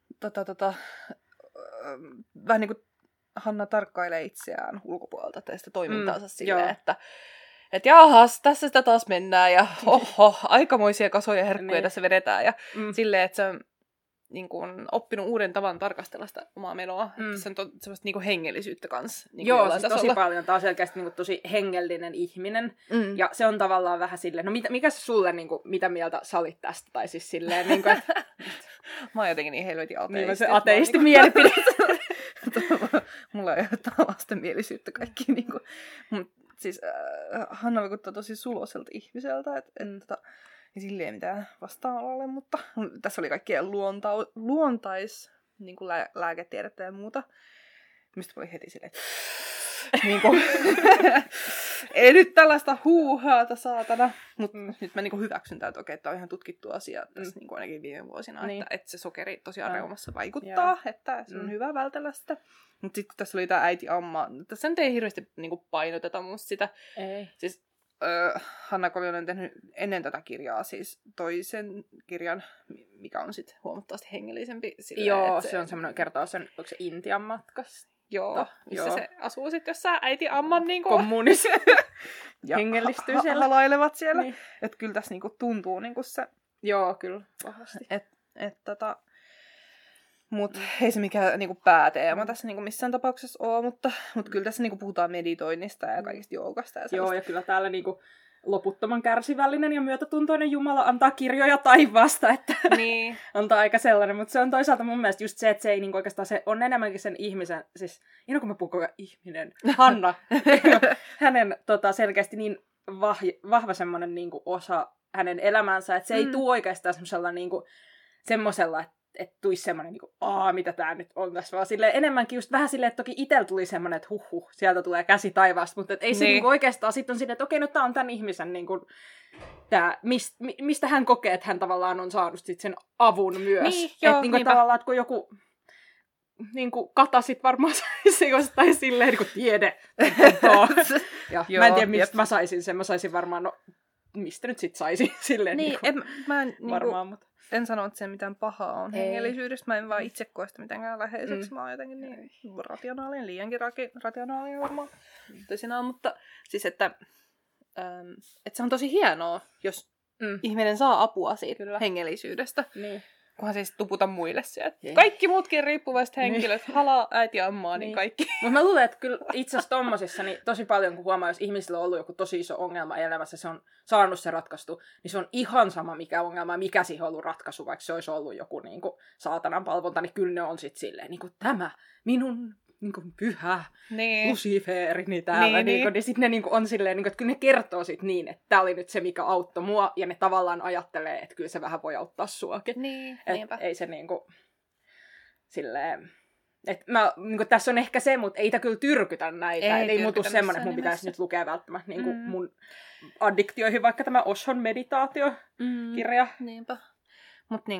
vähän niin kuin Hanna tarkkailee itseään ulkopuolelta tai sitä toimintaansa silleen, että jahas, tässä sitä taas mennään ja aikamoisia kasoja herkkuja tässä vedetään ja silleen, että se on niin kuin, oppinut uuden tavan tarkastella sitä omaa menoa. Se on semmoista niin kuin hengellisyyttä kanssa. Niin joo, siis tosi paljon. Tämä on selkeästi niin kuin, tosi hengellinen ihminen. Ja se on tavallaan vähän silleen, no mikä se sulle, niin kuin, mitä mieltä sä olit tästä? Tai siis silleen, niin kuin, että... Mä oon jotenkin niin helvetin ateisti. Niin, se ateisti mielipide. Mulla ei ole vastenmielisyyttä kaikki. Niin kuin. Mut, siis Hanna vaikuttaa tosi suloiselta ihmiseltä, ei silleen mitään vastaan-alalle, mutta tässä oli kaikkea luontais niin kuin lääketiedettä ja muuta, mistä oli heti silleen, niin kuin, ei nyt tällaista huuhaata, saatana. Mutta nyt mä niin kuin hyväksyn tämän, että okei, tämä on ihan tutkittu asia tässä niin kuin ainakin viime vuosina, että se sokeri tosiaan reumassa vaikuttaa, että se on hyvä vältellä sitä. Mutta sitten kun tässä oli tämä äiti Amma, tässä nyt ei hirveästi niin kuin painoteta musta sitä. Ei. Siis Hanna Koljonen on tehnyt ennen tätä kirjaa siis toisen kirjan, mikä on sitten huomattavasti hengellisempi. Silleen, joo, se on semmoinen, kertoo sen, onko se Intian matkasta? Joo, missä se asuu sitten jossain äiti Amman niinku kommunissa. Ja hengellistyy siellä. Halailevat siellä. Niin. Että kyllä tässä niinku tuntuu niinku se. Joo, kyllä, vahvasti. Mutta ei se mikään niinku pääteema tässä niinku missään tapauksessa ole, mutta kyllä tässä niinku puhutaan meditoinnista ja kaikista joogasta. Ja joo, ja kyllä täällä niinku loputtoman kärsivällinen ja myötätuntoinen Jumala antaa kirjoja taivaasta, että niin. antaa aika sellainen, mutta se on toisaalta mun mielestä just se, että se ei niinku oikeastaan, se on enemmänkin sen ihmisen, siis ihan kun mä puhun koko ihminen, Hanna, hänen selkeästi niin vahva semmoinen niinku osa hänen elämänsä, että se ei tule oikeastaan semmoisella niinku, semmosella, että tulisi semmoinen, niinku, mitä tää nyt on tässä, vaan silleen, enemmänkin just vähän silleen, että toki itsellä tuli semmoinen, että sieltä tulee käsi taivaasta, mutta ei se niinku oikeastaan sitten on silleen, että okei, no tää on tämän ihmisen, niinku, mistä hän kokee, että hän tavallaan on saanut sit sen avun myös. Niin, että niinku, tavallaan, että kun joku niinku, kata sit varmaan saisi jostain silleen, niinku tiede. Ja joo, mä en tiedä, mistä mä saisin sen, mä saisin varmaan, no mistä nyt sit saisin silleen. Niin, mä en varmaan, mutta... En sano, että se mitään pahaa on hengellisyydestä. Mä en vaan itse koe sitä mitenkään läheiseksi. Mä oon jotenkin niin rationaalinen, liiankin rationaalinen varmaan toisinaan. Mutta siis, että se on tosi hienoa, jos ihminen saa apua siitä hengellisyydestä. Niin. Kunhan se ei tuputa muille sieltä. Kaikki muutkin riippuvaiset henkilöt, halaa äiti Ammaa, niin kaikki. Mutta mä luulen, että kyllä itse asiassa tommosissa niin tosi paljon, kun huomaa, jos ihmisillä on ollut joku tosi iso ongelma elämässä, se on saanut se ratkaistu, niin se on ihan sama mikä ongelma, mikä siihen on ollut ratkaisu, vaikka se olisi ollut joku niin kuin, saatanan palvonta, niin kyllä ne on sitten silleen, niin kuin tämä minun niin kuin, pyhä Luciferini täällä. Niin sitten ne niin kuin, on silleen, niin kuin, että kyllä ne kertoo sit niin, että tämä oli nyt se, mikä auttoi mua, ja ne tavallaan ajattelee, että kyllä se vähän voi auttaa suakin. Niin, ei se niin kuin, silleen... Niin tässä on ehkä se, mutta ei kyllä tyrkytä näitä. Ei muutu semmoinen, että mun pitäisi nyt lukea välttämättä niin mun addiktioihin, vaikka tämä Oshon meditaatiokirja. Niinpä. Mutta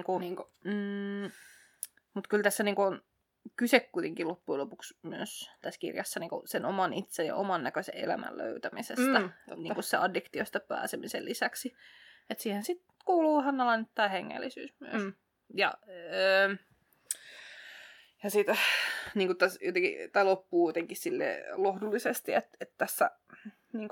mut kyllä tässä niinku on kyse kuitenkin loppujen lopuksi myös tässä kirjassa niinku sen oman itse ja oman näköisen elämän löytämisestä. Niinku se addiktiosta pääsemisen lisäksi. Et siihen sitten kuuluu Hannalla nyt tämä hengellisyys myös. Ja siitä niin tässä jotenkin, tämä loppuu jotenkin sille lohdullisesti, että tässä niin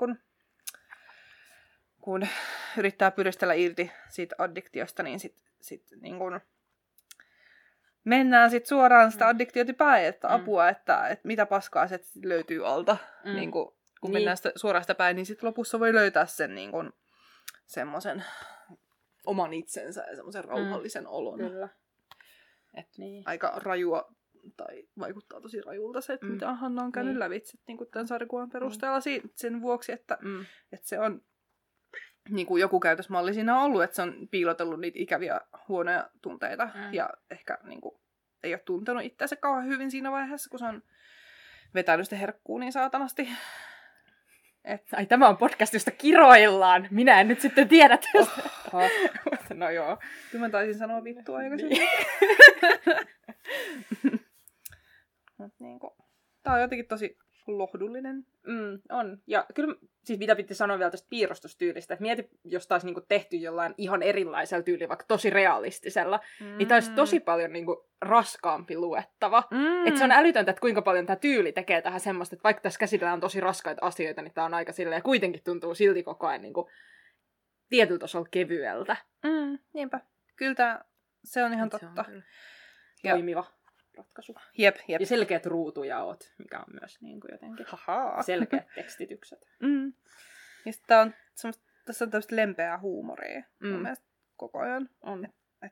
kun yrittää pyristellä irti siitä addiktiosta, niin sit niin kun mennään sit suoraan sitä addiktiota päin, että apua, että mitä paskaa se löytyy alta. Niin kun mennään suoraan sitä päin, niin sit lopussa voi löytää sen niin kun semmoisen oman itsensä ja semmoisen rauhallisen olon. Kyllä. Aika rajua, tai vaikuttaa tosi rajulta se, että mitä Hanna on käynyt lävitse niin tämän sarjakuvan perusteella sen vuoksi, että se on niin kuin joku käytösmalli siinä on ollut, että se on piilotellut niitä ikäviä huonoja tunteita ja ehkä niin kuin, ei ole tuntenut itseänsä kauhean hyvin siinä vaiheessa, kun se on vetänyt sitä herkkuun niin saatanasti. Ai, tämä on podcast, josta kiroillaan. Minä en nyt sitten tiedä tästä. No joo. Kyllä mä taisin sanoa vittua aikaisemmin. Niin. Tää on jotenkin tosi lohdullinen On. Ja kyllä, siis mitä piti sanoa vielä tästä piirustustyylistä, että mieti, jos taisi niinku tehty jollain ihan erilaisella tyylillä, vaikka tosi realistisella, niin tämä olisi tosi paljon niinku raskaampi luettava. Että se on älytöntä, että kuinka paljon tämä tyyli tekee tähän semmoista, että vaikka tässä käsitellään tosi raskaita asioita, niin tämä on aika silleen, ja kuitenkin tuntuu silti koko ajan niinku tietyllä tasolla kevyeltä. Niinpä. Kyllä se on ihan totta. Se on toimiva ratkaisu. Jep. Ja selkeät ruutujaot, mikä on myös niin kuin jotenkin selkeät tekstitykset. Ja tässä on tämmöistä lempeää huumoria mun mielestä koko ajan. On.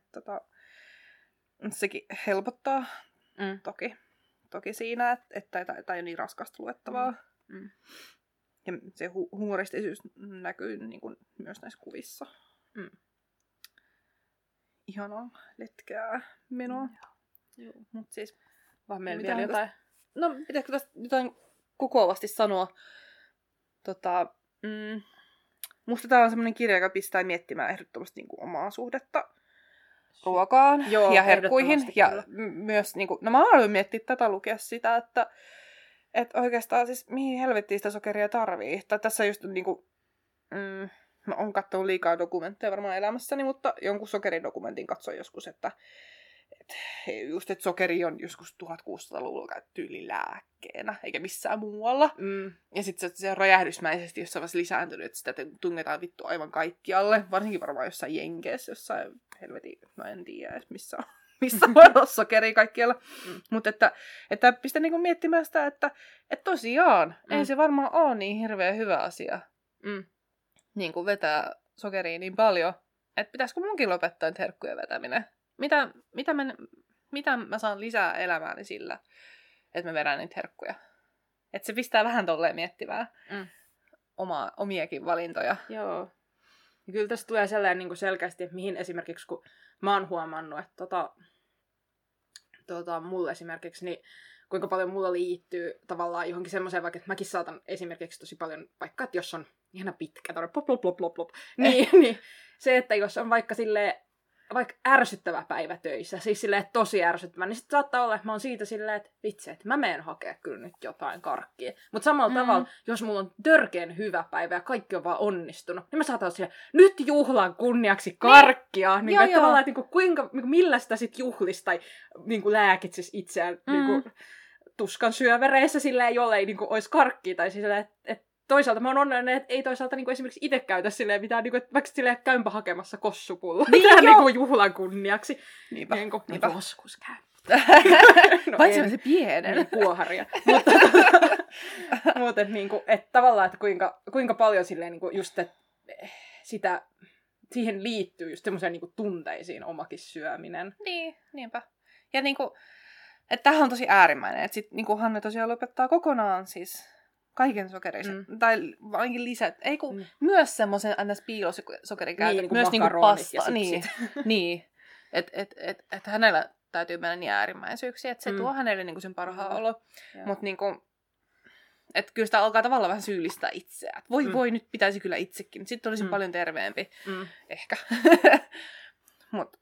Sekin helpottaa toki siinä, että tämä ei ole niin raskasta luettavaa. Ja se humoristisyys näkyy niin kuin myös näissä kuvissa. Ihanaa letkeää menoa. Mut siis, vaan meillä vielä jotain. No, pitäisikö tästä jotain kokoavasti sanoa? Musta tää on semmonen kirja, joka pistää miettimään ehdottomasti niin kuin omaa suhdetta ruokaan ja herkkuihin. Ja myös, niin kuin, no mä aloin miettiä tätä lukea sitä, että oikeastaan siis mihin helvettiin sitä sokeria tarvii. Tai tässä just niinku, mä oon katsonut liikaa dokumentteja varmaan elämässäni, mutta jonkun sokeridokumentin katsoin joskus, että sokeri on joskus 1600-luvulla käytetty lääkkeenä, eikä missään muualla. Ja sitten se on räjähdysmäisesti jossain vaiheessa lisääntynyt, että sitä tungetaan vittu aivan kaikkialle. Varsinkin varmaan jossain Jenkeissä, jossain helvetin, mä en tiedä edes missä voi olla sokeria kaikkialla. Mutta että pistä niinku miettimään sitä, että tosiaan ei se varmaan ole niin hirveän hyvä asia niin kuin vetää sokeria niin paljon. Että pitäisikö munkin lopettaa nyt herkkujen vetäminen? Mitä mä saan lisää elämääni sillä, että mä vedän niitä herkkuja? Että se pistää vähän tolleen miettimään omiakin valintoja. Joo. Ja kyllä tästä tulee sellainen niin kuin selkeästi, että mihin esimerkiksi, kun mä oon huomannut, että mulle esimerkiksi, niin kuinka paljon mulla liittyy tavallaan johonkin semmoiseen, vaikka että mäkin saatan esimerkiksi tosi paljon, vaikka että jos on ihana pitkä, niin se, että jos on vaikka silleen, vaikka ärsyttävä päivä töissä, siis silleen tosi ärsyttävä, niin sitten saattaa olla, että mä oon siitä silleen, että vitsi, että mä menen hakea kyllä nyt jotain karkkia. Mutta samalla tavalla, jos mulla on törkeän hyvä päivä ja kaikki on vaan onnistunut, niin mä saatan olla silleen, nyt juhlan kunniaksi karkkia. Niin, että tavallaan, että kuinka, millä sitä sit juhlisi tai lääkitsis itseään tuskan syövereissä silleen, jollei olisi karkkia. Tai silleen, että toisaalta mä oon onnellinen, että ei toisaalta esimerkiksi itse käytä silleen mitään, vaikka silleen käympä hakemassa kossupulloa. Niin, juhlan kunniaksi. Niinpä. Joskus käy. Paitsi se pienen. Niin, puoharia. Mutta että tavallaan, että kuinka paljon silleen just, että siihen liittyy just semmoiseen tunteisiin omakin syöminen. Niin, niinpä. Ja että tämähän on tosi äärimmäinen. Että sit Hanne tosiaan lopettaa kokonaan siis kaiken sokereisen, tai ainakin lisät, myös semmoisen ns. Piilosokerin käytön, niin, myös pasta. Niin. Että hänellä täytyy mennä niin äärimmäisyyksiä, että se tuo hänelle sen parhaan olo. Mutta että kyllä sitä alkaa tavallaan vähän syyllistää itseään. Voi, nyt pitäisi kyllä itsekin. Sitten olisi paljon terveempi. Ehkä. Mutta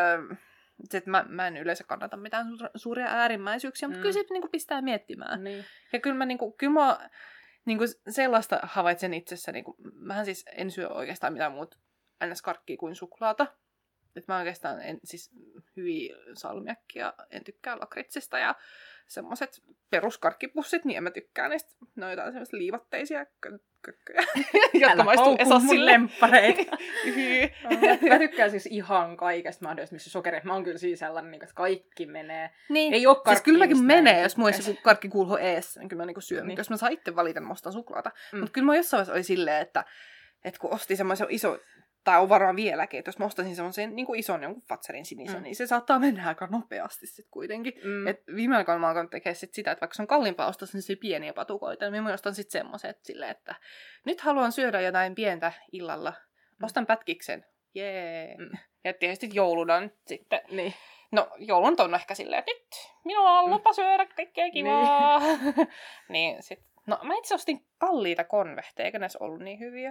mä en yleensä kannata mitään suuria äärimmäisyyksiä, mutta kyllä se pistää miettimään. Niin. Ja kyllä mä sellaista havaitsen itsessä. Mähän siis en syö oikeastaan mitään muuta karkkia kuin suklaata. Että mä oikeastaan siis hyviä salmiakkia, en tykkää lakritsista ja semmoset peruskarkkipussit, niin en mä tykkää niistä. Ne on jotain semmoista liivatteisia kökköjä, jotka maistuu Esassille. Lemppareita. Mä tykkään siis ihan kaikesta mahdollisesta, missä sokeria. Mä oon kyllä siis sellainen, että kaikki menee. Niin. Ei oo karkkia. Siis kyllä mäkin menee, jos mulla olisi joku karkkikuulho eessä, niin kyllä mä syön. Niin. Jos mä saan itse valita, mä ostan suklaata. Mutta kyllä mä jossain vaiheessa oli silleen, että kun osti semmoisen iso, tai on varmaan vieläkin, että jos mä ostaisin semmoisen ison jonkun Fatserin sinisen, niin se saattaa mennä aika nopeasti sitten kuitenkin. Et viime aikoina mä alkanut tekemään sitä, että vaikka se on kalliimpaa ostaa sellaisia pieniä patukoita, niin mä ostan sitten semmoiset silleen, että nyt haluan syödä jotain pientä illalla. Ostan pätkiksen. Jee. Ja tietysti jouluna nyt sitten. Niin. No joulun on ehkä silleen, että nyt minulla on lupa syödä kaikkea kivaa. Niin sit. No mä itse ostin kalliita konvehteja, eikä näissä ollut niin hyviä.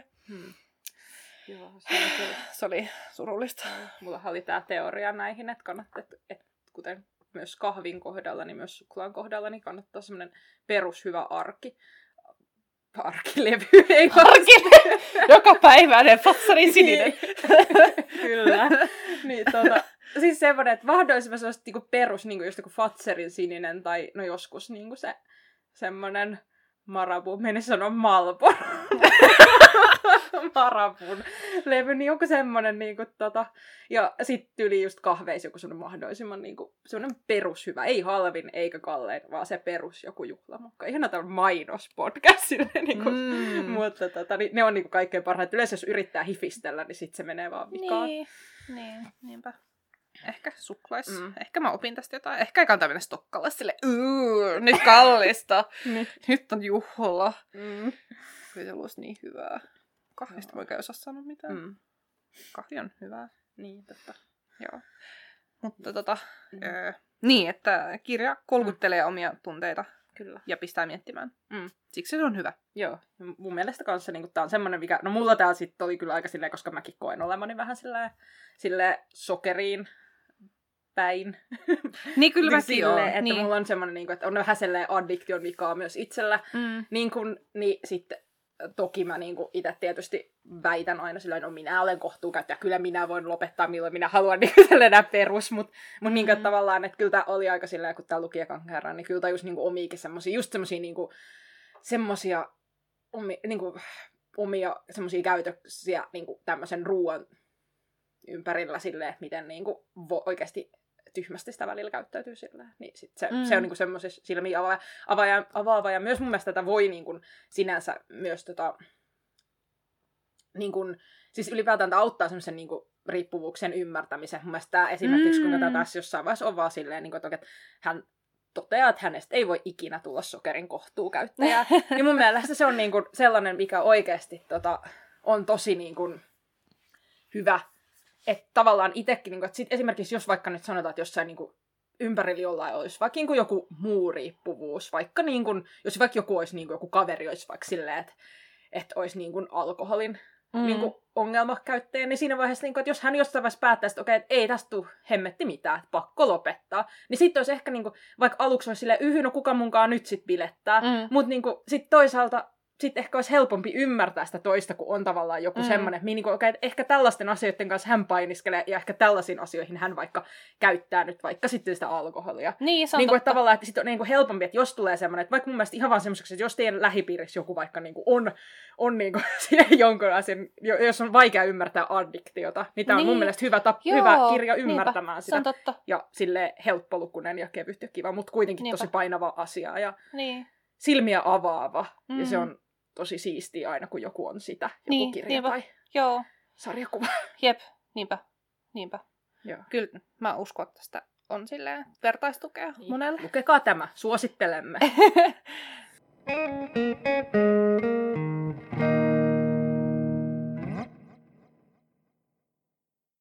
Joo, se oli surullista. Mullahan oli tää teoria näihin, että kannattaa, että kuten myös kahvin kohdalla, niin myös suklaan kohdalla, niin kannattaa semmoinen perushyvä arki Arkilevy, ei Arkilevy! Jokapäiväinen Fatsarin sininen. Kyllä. Niin, siis semmoinen, että mahdollisimman sellaista niinku perus, niinku just joku Fatserin sininen, tai no joskus niinku se semmoinen Marabu, menisin sanoa Malboro. Marabun levy, niin joku semmoinen niinku ja sitten yli just kahveis joku semmoinen mahdollisimman niinku semmoinen perushyvä, ei halvin eikä kallein, vaan se perus joku juhlamokka. Ihan tämä mainospodcast silleen niinku, mutta niin ne on niinku kaikkein parhaat. Yleensä jos yrittää hifistellä, niin sit se menee vaan vikaan. Niinpä. Ehkä suklais. Ehkä mä opin tästä jotain. Ehkä ei kannata mennä Stokkalle sille, nyt kallista. Nyt on juhla. Kyllä se olisi niin hyvää. Kahvista voi osaa sanoa mitään. Kahvi on hyvää. Niin, totta. Joo. Mutta niin, että kirja kolkuttelee omia tunteita. Kyllä. Ja pistää miettimään. Siksi se on hyvä. Joo. Mun mielestä kanssa niin tää on semmonen, mikä... No mulla tää sitten oli kyllä aika silleen, koska mäkin koen olemani vähän silleen sokeriin päin. Niin kyllä mäkin silleen, että niin. Mulla on semmonen, niin kuin, että on vähän silleen addiktion vikaa myös itsellä. Niin sitten toki mä niin itse tietysti väitän aina silleen, no minä olen kohtuukäyttäjä, kyllä minä voin lopettaa milloin minä haluan niin sellainen perus, mutta niin kuin, tavallaan, että kyllä tämä oli aika silleen, kun tämä luki ekan kerran, niin kyllä tämä just niin omiikin semmosia, just semmosia niin semmosia omia semmosia käytöksiä niin tämmöisen ruoan ympärillä silleen, että miten niin oikeasti tyhmästi sitä välillä käyttäytyy sillä. Niin sit se on niinku semmoisessa silmiä avaava. Ja myös mun mielestä tätä voi niinku sinänsä myös niinku, siis ylipäätään tämä auttaa semmoisen niinku riippuvuuksien ymmärtämisen. Mun mielestä tämä esimerkiksi, kun tätä tässä jossain vaiheessa on vaan silleen, niinku, että hän toteaa, että hänestä ei voi ikinä tulla sokerin kohtuukäyttäjää. Niin mun mielestä se on niinku sellainen, mikä oikeasti on tosi niinku hyvä. Että tavallaan itsekin, niin että sit esimerkiksi jos vaikka nyt sanotaan, että jossain niin kuin, ympärillä jollain olisi vaikka niin kuin, joku muu riippuvuus, vaikka niin kuin, jos vaikka joku olisi niin kuin, joku kaveri olisi vaikka silleen, että olisi niin kuin, alkoholin niin kuin, ongelmakäyttäjä, niin siinä vaiheessa, niin kuin, että jos hän jossain vaiheessa päättää, että okei, että ei tästä tule hemmetti mitään, että pakko lopettaa, niin sitten olisi ehkä, niin kuin, vaikka aluksi olisi silleen, no kuka munkaan nyt sitten bilettää, mutta niin sitten toisaalta sitten ehkä olisi helpompi ymmärtää sitä toista, kun on tavallaan joku semmoinen, että, niin että ehkä tällaisten asioiden kanssa hän painiskelee, ja ehkä tällaisiin asioihin hän vaikka käyttää nyt vaikka sitten sitä alkoholia. Niin, se on niin että tavallaan, että sitten on niin helpompi, että jos tulee semmoinen, että vaikka mun mielestä ihan vaan semmoiseksi, että jos teidän lähipiirissä joku vaikka niin on niin jonkun asian, jos on vaikea ymmärtää addiktiota, niin tämä on mun mielestä hyvä kirja ymmärtämään sitä. Se on totta. Ja silleen helppolukunen ja kevyt ja kiva, mutta kuitenkin tosi painava asia ja silmiä avaava. Ja se on tosi siistiä aina, kun joku on sitä, joku kirja tai sarjakuva. Jep, niinpä. Joo. Kyllä mä uskon, että tästä on silleen vertaistukea monelle. Lukekaa tämä, suosittelemme.